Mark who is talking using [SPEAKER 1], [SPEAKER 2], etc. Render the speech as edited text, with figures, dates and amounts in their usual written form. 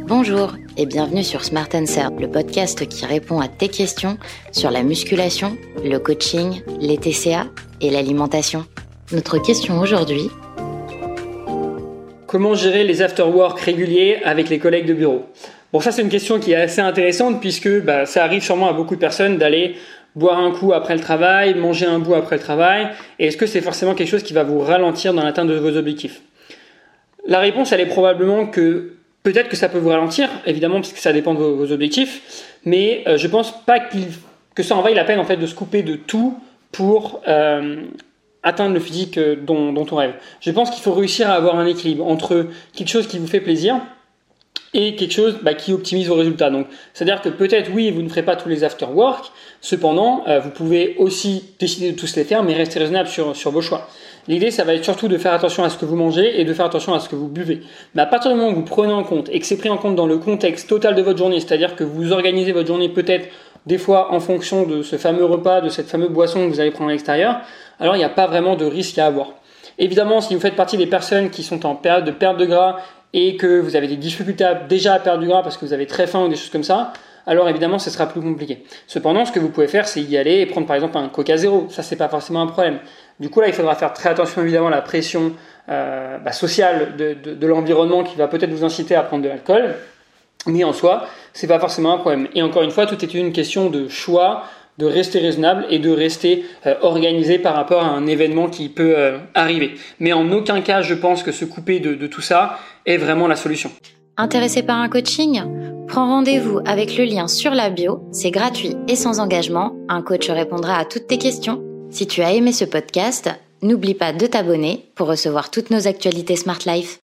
[SPEAKER 1] Bonjour et bienvenue sur Smart Answer, le podcast qui répond à tes questions sur la musculation, le coaching, les TCA et l'alimentation. Notre question aujourd'hui:
[SPEAKER 2] comment gérer les after-work réguliers avec les collègues de bureau? Bon, ça c'est une question qui est assez intéressante puisque ça arrive sûrement à beaucoup de personnes d'aller boire un coup après le travail, manger un bout après le travail. Et est-ce que c'est forcément quelque chose qui va vous ralentir dans l'atteinte de vos objectifs? La réponse, elle est probablement que peut-être que ça peut vous ralentir, évidemment, parce que ça dépend de vos objectifs, mais je pense pas que ça en vaille la peine en fait de se couper de tout pour atteindre le physique dont on rêve. Je pense qu'il faut réussir à avoir un équilibre entre quelque chose qui vous fait plaisir et quelque chose qui optimise vos résultats. Donc, c'est-à-dire que peut-être, oui, vous ne ferez pas tous les after-work, cependant, vous pouvez aussi décider de tous les faire, mais rester raisonnable sur vos choix. L'idée, ça va être surtout de faire attention à ce que vous mangez et de faire attention à ce que vous buvez. Mais à partir du moment où vous prenez en compte et que c'est pris en compte dans le contexte total de votre journée, c'est-à-dire que vous organisez votre journée peut-être des fois en fonction de ce fameux repas, de cette fameuse boisson que vous allez prendre à l'extérieur, alors il n'y a pas vraiment de risque à avoir. Évidemment, si vous faites partie des personnes qui sont en période de perte de gras et que vous avez des difficultés déjà à perdre du gras parce que vous avez très faim ou des choses comme ça, alors évidemment, ce sera plus compliqué. Cependant, ce que vous pouvez faire, c'est y aller et prendre par exemple un Coca Zéro. Ça, c'est pas forcément un problème. Du coup, là, il faudra faire très attention évidemment à la pression sociale de l'environnement qui va peut-être vous inciter à prendre de l'alcool. Mais en soi, c'est pas forcément un problème. Et encore une fois, tout est une question de choix, de rester raisonnable et de rester organisé par rapport à un événement qui peut arriver. Mais en aucun cas, je pense que se couper de tout ça est vraiment la solution.
[SPEAKER 1] Intéressé par un coaching? Prends rendez-vous avec le lien sur la bio, c'est gratuit et sans engagement. Un coach répondra à toutes tes questions. Si tu as aimé ce podcast, n'oublie pas de t'abonner pour recevoir toutes nos actualités Smart Life.